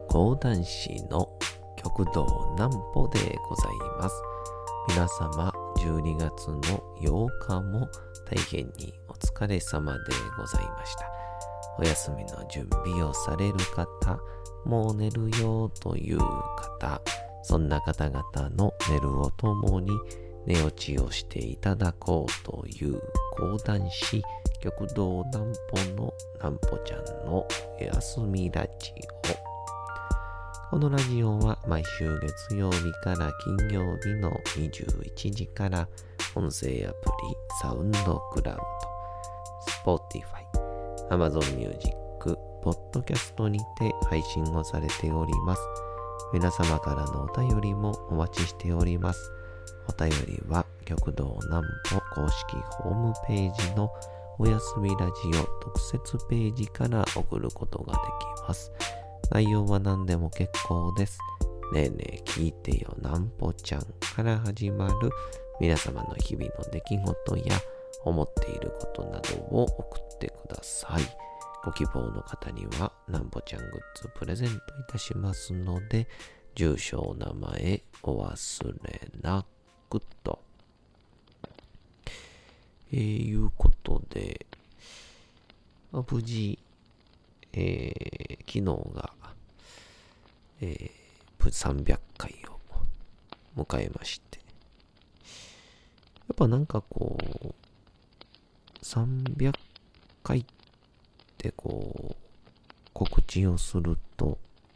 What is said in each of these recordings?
講談師の極道南歩でございます。皆様12月の8日も大変にお疲れ様でございました。お休みの準備をされる方、もう寝るよという方、そんな方々の寝るをともに寝落ちをしていただこうという講談師極道南歩の南歩ちゃんのお休みラジオ。このラジオは毎週月曜日から金曜日の21時から音声アプリサウンドクラウド、Spotify、Amazon Music、Podcast にて配信をされております。皆様からのお便りもお待ちしております。お便りは極道南歩公式ホームページのおやすみラジオ特設ページから送ることができます。内容は何でも結構です。ねえねえ聞いてよ南歩ちゃんから始まる皆様の日々の出来事や思っていることなどを送ってください。ご希望の方には南歩ちゃんグッズプレゼントいたしますので、住所お名前お忘れなくと。いうことで、無事、昨日が、300回を迎えまして、やっぱなんかこう、300回ってこう、告知をすると、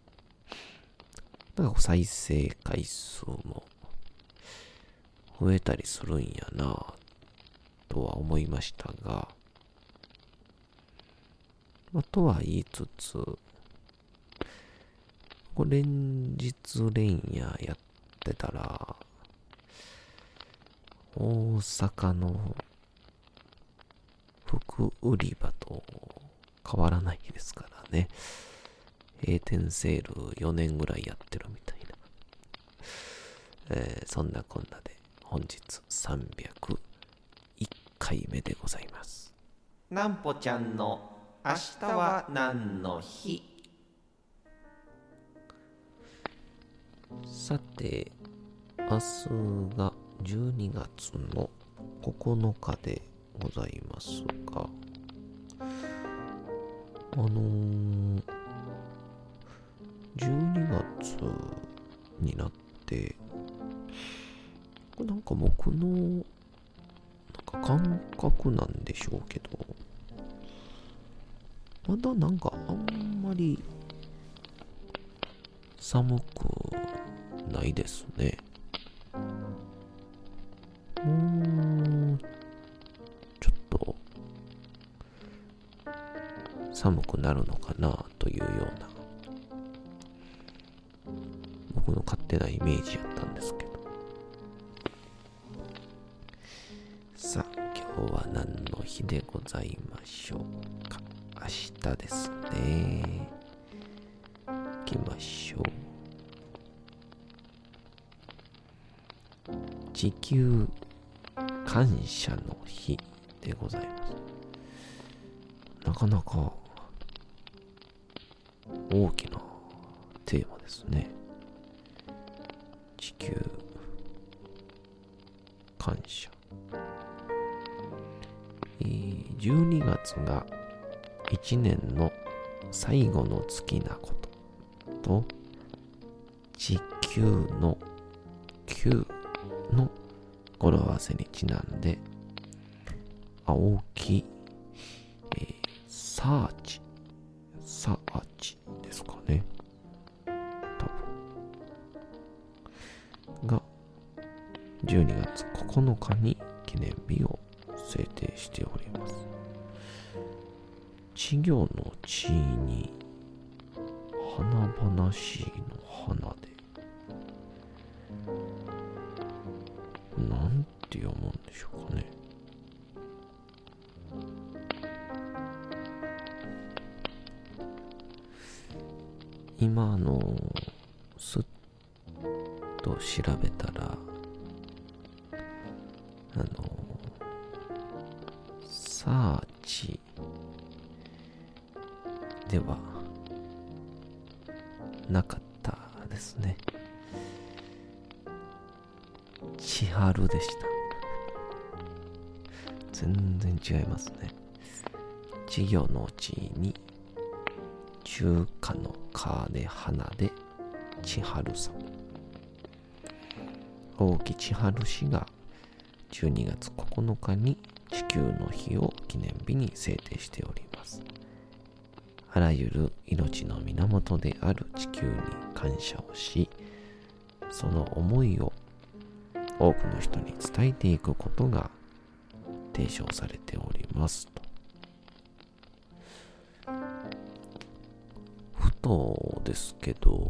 なんか再生回数も増えたりするんやなとは思いましたが、とは言いつつ、連日連夜やってたら、大阪の服売り場と変わらないですからね。閉店セール4年ぐらいやってるみたいな。そんなこんなで本日301回目でございます。南歩ちゃんの明日は何の日。さて、明日が12月の9日でございますが、12月になって、なんか僕の感覚なんでしょうけど、まだなんかあんまり寒くないですね。ちょっと寒くなるのかなというような僕の勝手なイメージやったんですけど、さあ今日は何の日でございましょうか。明日ですね。行きましょう。地球感謝の日でございます。なかなか大きなテーマですね。地球感謝。12月が1年の最後の月なことと、地球の9の語呂合わせにちなんで、青木、サーチですかね。多分が12月9日に記念日を制定しております。稚魚の稚に華々しいの花で、なんて読むんでしょうかね。今すっと調べたら、サーチではなかったですね。千春でした。全然違いますね。稚魚の地に中華のカで花で千春さん。大木千春氏が12月9日に地球の日を記念日に制定しております。あらゆる命の源である地球に感謝をし、その思いを多くの人に伝えていくことが提唱されておりますと。ふとですけど、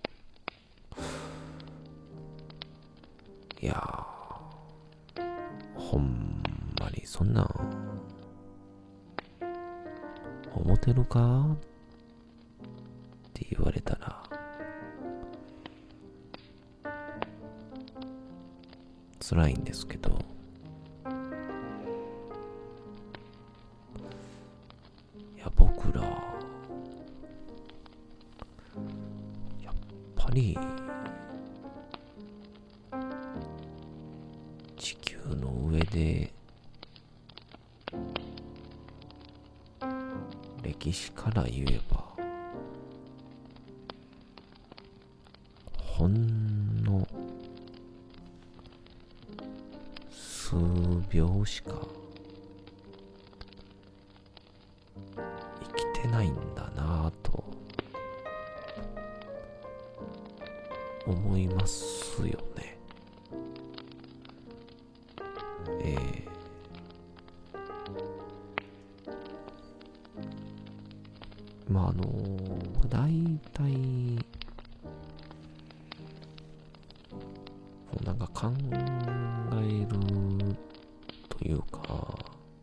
いやほんまにそんなん思ってるかって言われたら辛いんですけど、いや僕らやっぱり地球の上で歴史から言えばほんの数秒しか生きてないんだなぁと思いますよね。まあ大体なんか考えるというか、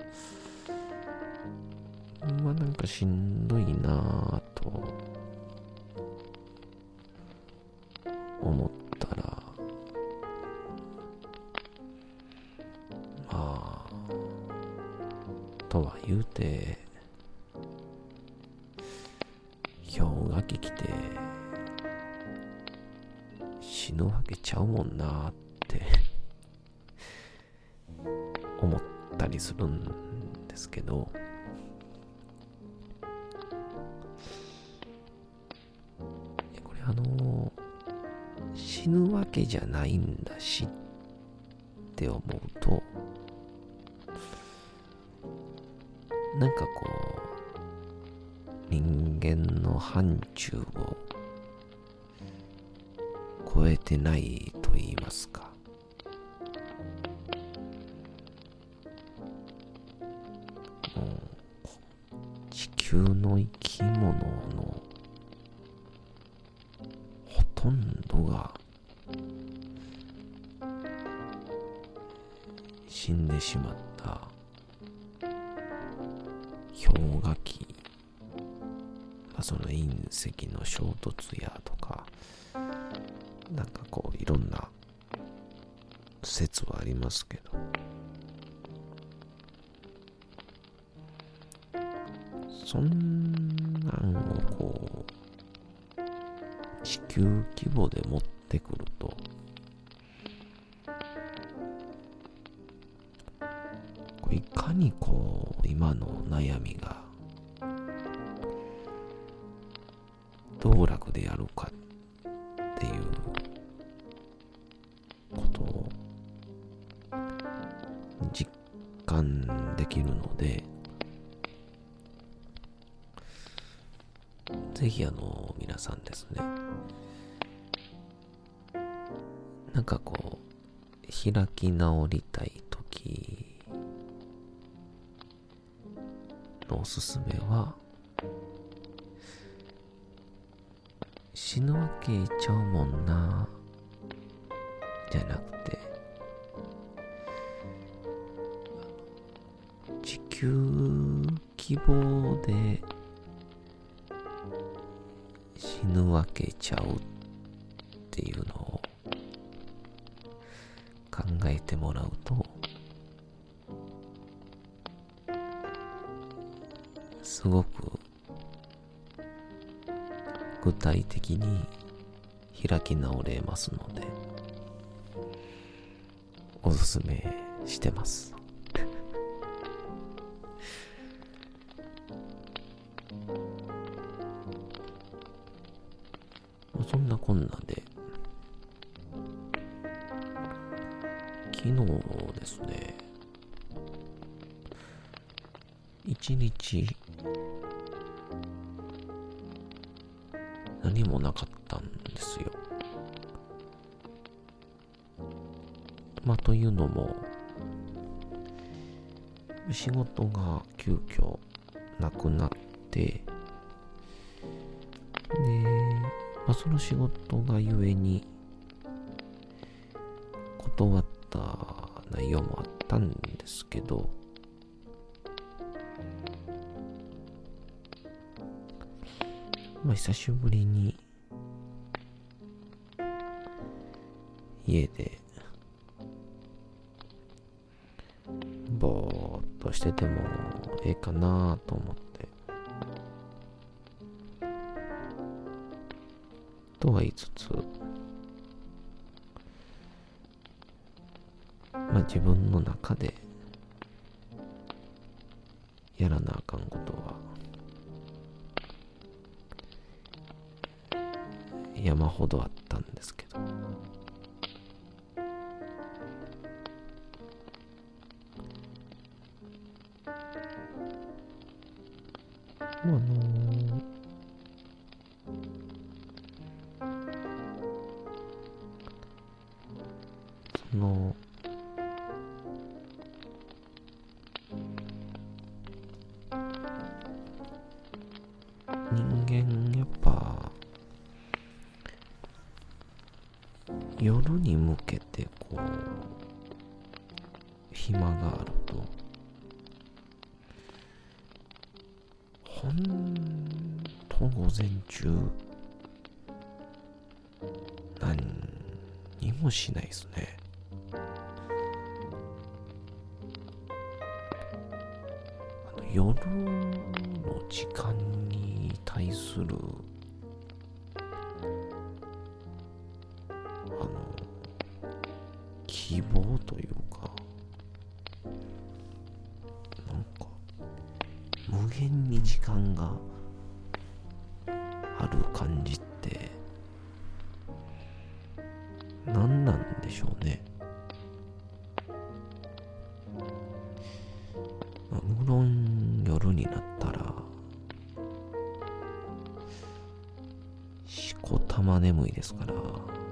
まあなんかしんどいなぁと思ったら、まあとは言うて氷河期来て死ぬわけちゃうもんなーって思ったりするんですけど、これ死ぬわけじゃないんだしって思うと、なんかこう人間の範疇を超えてないと言いますか、もう地球の生き物のほとんどが死んでしまった氷河期、その隕石の衝突やとか、なんかこういろんな説はありますけど、そんなんをこう地球規模で持ってくると、いかにこう今の悩みが道楽でやるかっていうことを実感できるので、ぜひ皆さんですね、なんかこう開き直りたいときのおすすめは、死ぬわけちゃうもんなじゃなくて、地球規模で死ぬわけちゃうっていうのを考えてもらうと、すごく具体的に開き直れますので、おすすめしてます。そんなこんなで、昨日ですね、一日何もなかったんですよ。というのも、仕事が急遽なくなって、で、その仕事がゆえに断った内容もあったんですけど、久しぶりに家でぼーっとしててもええかなと思って、とは言いつつ、自分の中でやらなあかんことは山ほどあったんですけど、その人間やっぱ夜に向けて暇があるとほんと午前中何にもしないですね。夜の時間に対する希望というか、無限に時間がある感じって何なんでしょうね。無論夜になったらしこたま眠いですから、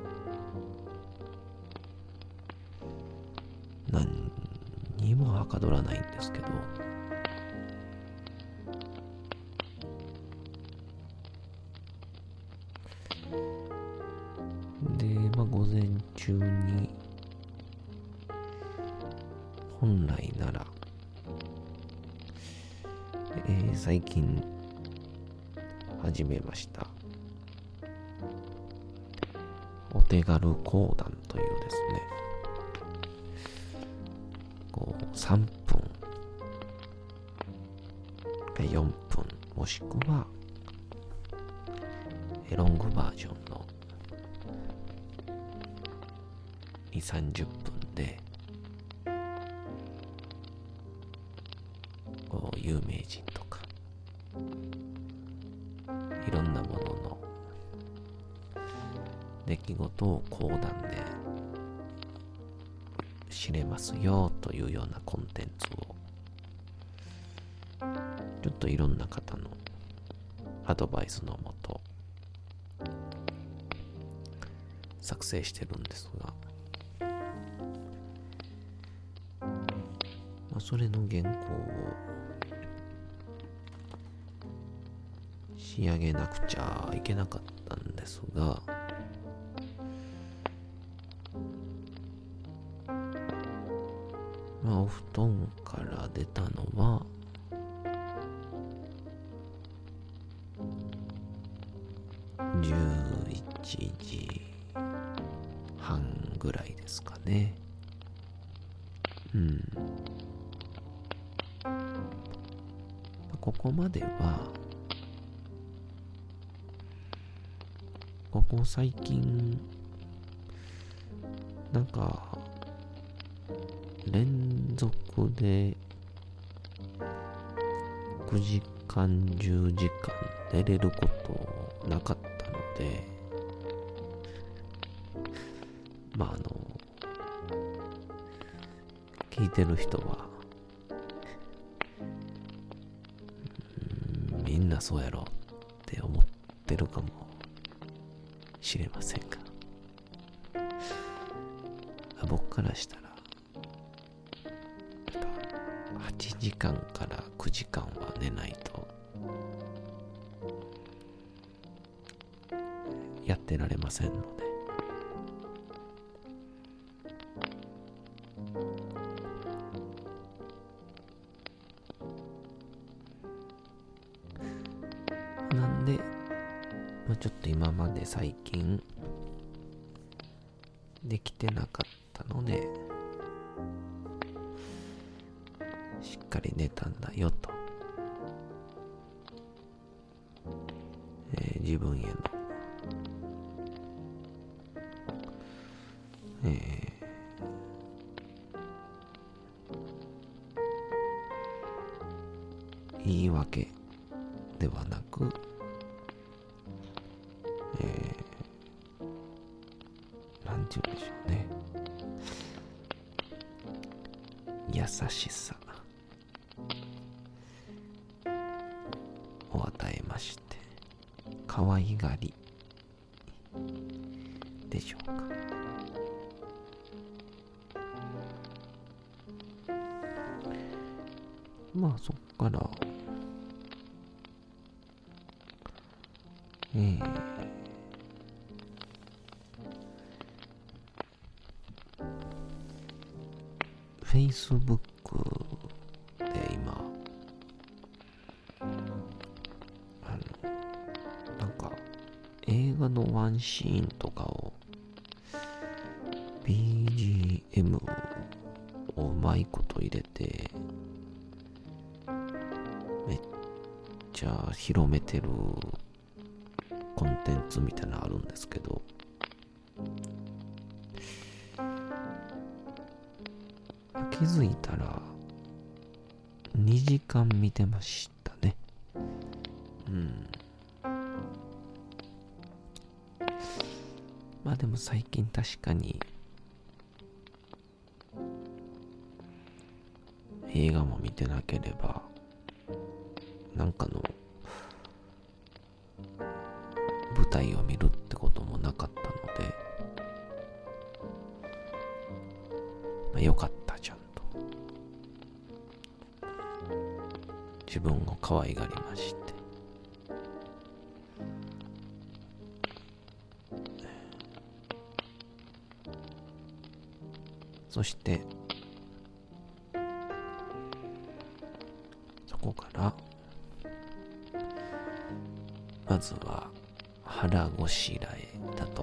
何にもはかどらないんですけど、で、午前中に本来なら、最近始めましたお手軽講談というですね、3分か4分もしくはロングバージョンの2、30分で有名人とかいろんなものの出来事を講談で知れますよというようなコンテンツをちょっといろんな方のアドバイスのもと作成してるんですが、それの原稿を仕上げなくちゃいけなかったんですが、お布団から出たのは11時半ぐらいですかね。ここまではここ最近なんか連続で9時間10時間寝れることなかったので、聞いてる人はみんなそうやろって思ってるかもしれませんが、僕からしたら8時間から9時間は寝ないとやってられませんので、なんで、ちょっと今まで最近できてなかったので、しっかり寝たんだよと、自分への、言い訳ではなく、なんて言うんでしょうね、優しさを与えまして、可愛がりでしょうか。そっからFacebook で今なんか映画のワンシーンとかを BGM をうまいこと入れてめっちゃ広めてるコンテンツみたいなのあるんですけど、気づいたら2時間見てましたね。でも最近確かに映画も見てなければなんかの舞台を見るってこともなかったので、よかったじゃんと自分を可愛がりまして、そしてそこからまずは腹ごしらえだと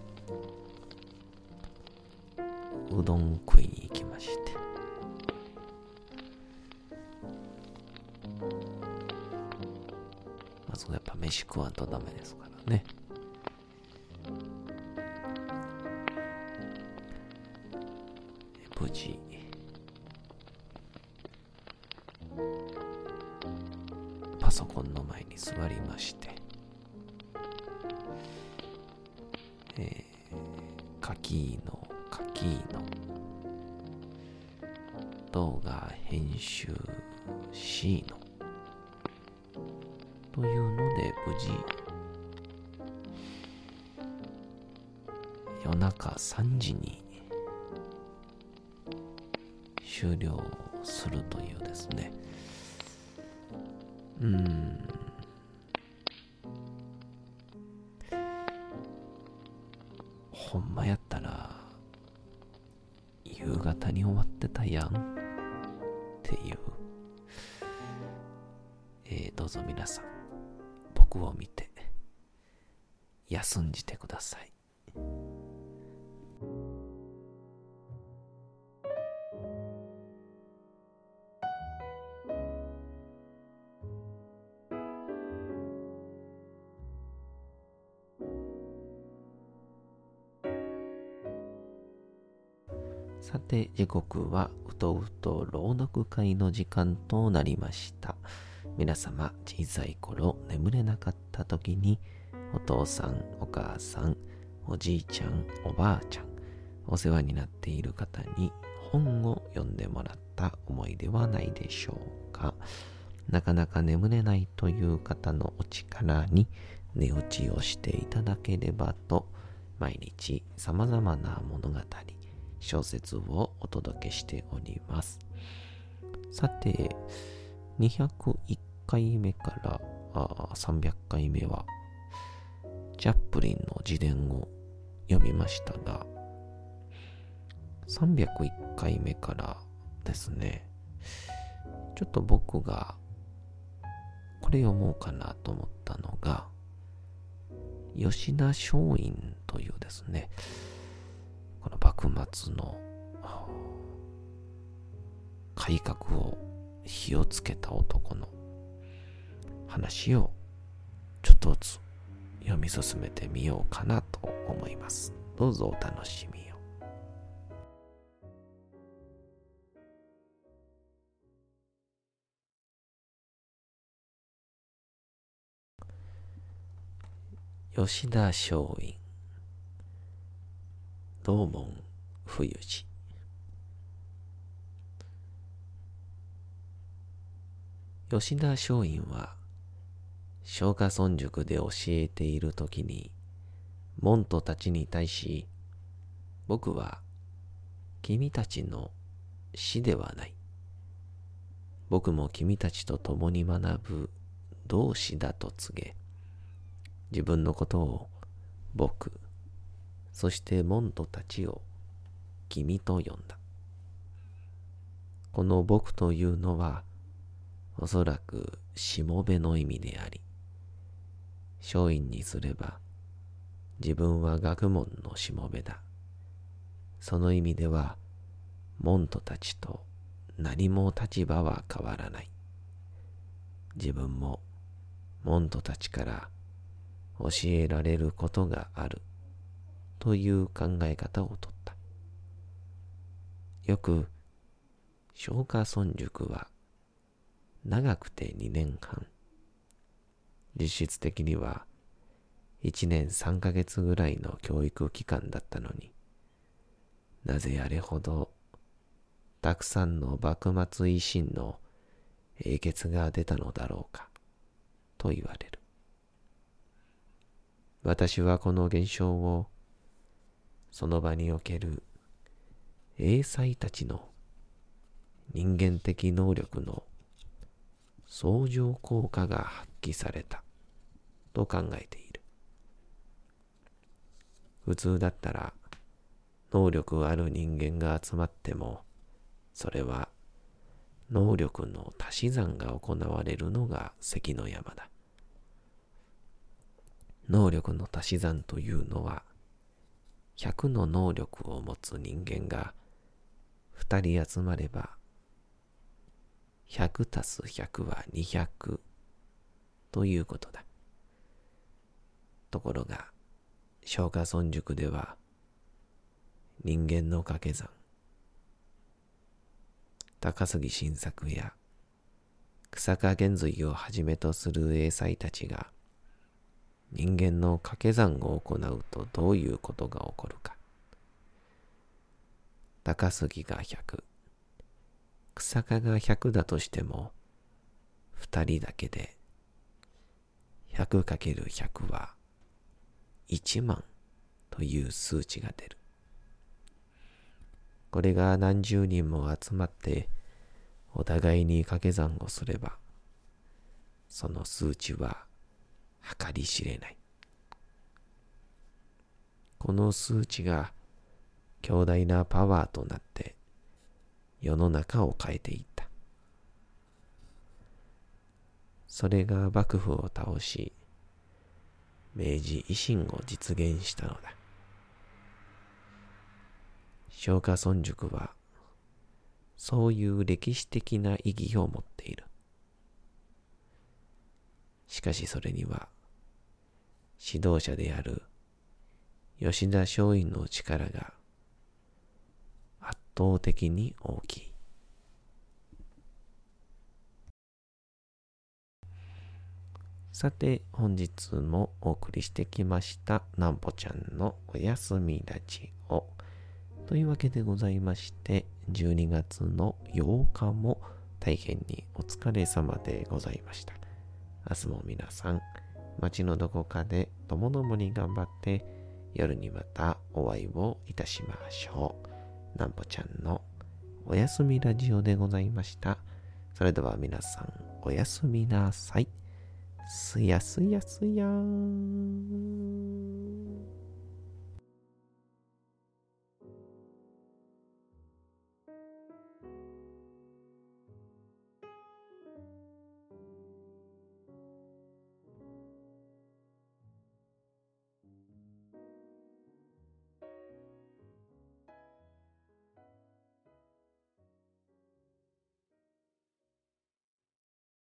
うどん食いに行きまして、まずやっぱ飯食わんとダメですからね。無事パソコンの前に座りまして、書きの動画編集 C のというので無事夜中3時に終了するというですね。ほんまやったら夕方に終わってたやんっていう、どうぞ皆さん僕を見て休んじてください。 さて、時刻はうとうと朗読会の時間となりました。皆様、小さい頃眠れなかった時に、お父さん、お母さん、おじいちゃん、おばあちゃん、お世話になっている方に本を読んでもらった思い出はないでしょうか。なかなか眠れないという方のお力に寝落ちをしていただければと、毎日様々な物語、小説をお届けしております。さて、201回目から300回目はチャップリンの自伝を読みましたが、301回目からですね、ちょっと僕がこれ読もうかなと思ったのが、吉田松陰というですね、この幕末の改革を火をつけた男の話をちょっとずつ読み進めてみようかなと思います。どうぞお楽しみを。吉田松陰、道門冬治。吉田松陰は松下村塾で教えているときに、門徒たちに対し、僕は君たちの師ではない。僕も君たちと共に学ぶ同志だと告げ、自分のことを僕、そして門徒たちを君と呼んだ。この僕というのは、おそらくしもべの意味であり、松陰にすれば、自分は学問のしもべだ。その意味では、門徒たちと何も立場は変わらない。自分も門徒たちから教えられることがあるという考え方をとった。よく、松下村塾は長くて2年半、実質的には1年3ヶ月ぐらいの教育期間だったのに、なぜあれほどたくさんの幕末維新の英傑が出たのだろうかと言われる。私はこの現象をその場における英才たちの人間的能力の相乗効果が発揮されたと考えている。普通だったら能力ある人間が集まっても、それは能力の足し算が行われるのが関の山だ。能力の足し算というのは、100の能力を持つ人間が2人集まれば、100たす100は200ということだ。ところが、松下村塾では、人間の掛け算、高杉晋作や草加玄瑞をはじめとする英才たちが、人間の掛け算を行うとどういうことが起こるか。高杉が100、草加が100だとしても、2人だけで 100×100 は1万という数値が出る。これが何十人も集まってお互いに掛け算をすれば、その数値は計り知れない。この数値が強大なパワーとなって世の中を変えていった。それが幕府を倒し、明治維新を実現したのだ。松下村塾はそういう歴史的な意義を持っている。しかしそれには指導者である吉田松陰の力が圧倒的に大きい。さて、本日もお送りしてきましたなんぽちゃんのおやすみラジオというわけでございまして、12月の8日も大変にお疲れ様でございました。明日も皆さん、街のどこかでともどもに頑張って、夜にまたお会いをいたしましょう。なんぽちゃんのおやすみラジオでございました。それでは皆さん、おやすみなさい。すやすやすやーん。